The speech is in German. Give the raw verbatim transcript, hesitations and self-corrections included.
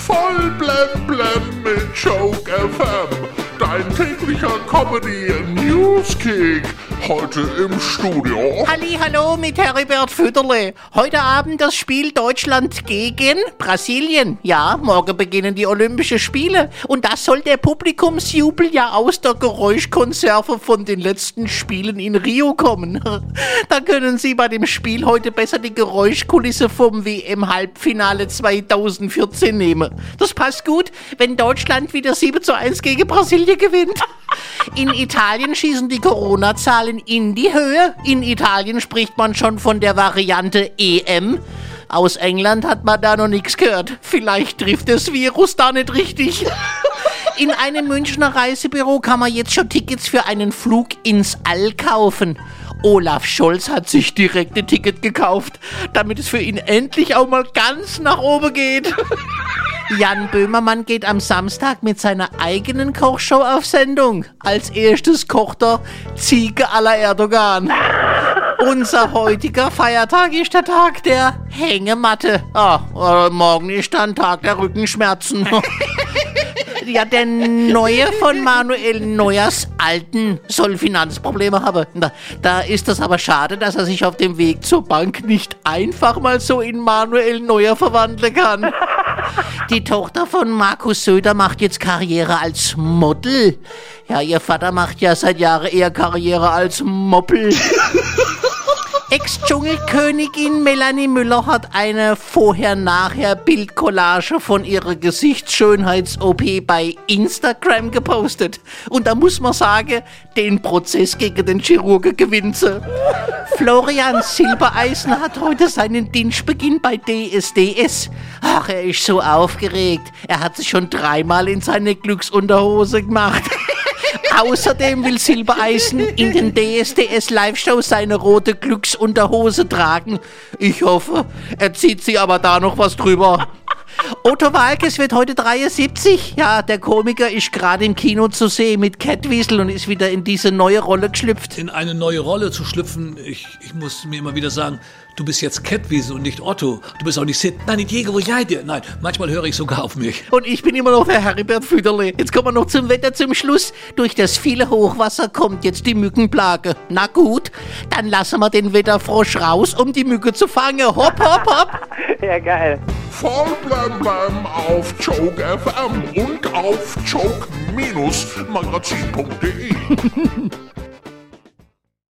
Voll blem blem mit Joke F M. Dein täglicher Comedy Newskick. Heute im Studio. Halli, hallo mit Heribert Fütterle. Heute Abend das Spiel Deutschland gegen Brasilien. Ja, morgen beginnen die Olympischen Spiele. Und das soll der Publikumsjubel ja aus der Geräuschkonserve von den letzten Spielen in Rio kommen. Da können Sie bei dem Spiel heute besser die Geräuschkulisse vom W M-Halbfinale zweitausendvierzehn nehmen. Das passt gut, wenn Deutschland wieder sieben zu eins gegen Brasilien gewinnt. In Italien schießen die Corona-Zahlen in die Höhe. In Italien spricht man schon von der Variante E M. Aus England hat man da noch nichts gehört. Vielleicht trifft das Virus da nicht richtig. In einem Münchner Reisebüro kann man jetzt schon Tickets für einen Flug ins All kaufen. Olaf Scholz hat sich direkt ein Ticket gekauft, damit es für ihn endlich auch mal ganz nach oben geht. Jan Böhmermann geht am Samstag mit seiner eigenen Kochshow auf Sendung. Als erstes kocht er Ziege à la Erdogan. Unser heutiger Feiertag ist der Tag der Hängematte. Ah, äh, morgen ist dann Tag der Rückenschmerzen. Ja, der Neue von Manuel Neuers Alten soll Finanzprobleme haben. Da, da ist es aber schade, dass er sich auf dem Weg zur Bank nicht einfach mal so in Manuel Neuer verwandeln kann. Die Tochter von Markus Söder macht jetzt Karriere als Model. Ja, ihr Vater macht ja seit Jahren eher Karriere als Moppel. Ex-Dschungelkönigin Melanie Müller hat eine Vorher-Nachher-Bildcollage von ihrer Gesichtsschönheits-O P bei Instagram gepostet. Und da muss man sagen, den Prozess gegen den Chirurgen gewinnt sie. Florian Silbereisen hat heute seinen Dienstbeginn bei D S D S. Ach, er ist so aufgeregt. Er hat sich schon dreimal in seine Glücksunterhose gemacht. Außerdem will Silbereisen in den D S D S Live-Show seine rote Glücksunterhose tragen. Ich hoffe, er zieht sie aber da noch was drüber. Otto Walkes wird heute dreiundsiebzig. Ja, der Komiker ist gerade im Kino zu sehen mit Catwiesel und ist wieder in diese neue Rolle geschlüpft. In eine neue Rolle zu schlüpfen, ich, ich muss mir immer wieder sagen, du bist jetzt Catwiesel und nicht Otto. Du bist auch nicht Sid. Nein, nicht Jäger, wo ich dir. Nein, manchmal höre ich sogar auf mich. Und ich bin immer noch der Heribert Fütterle. Jetzt kommen wir noch zum Wetter zum Schluss. Durch das viele Hochwasser kommt jetzt die Mückenplage. Na gut, dann lassen wir den Wetterfrosch raus, um die Mücke zu fangen. Hopp, hopp, hopp. Ja, geil. Voll blem blem auf Joke F M und auf joke Bindestrich magazin punkt de.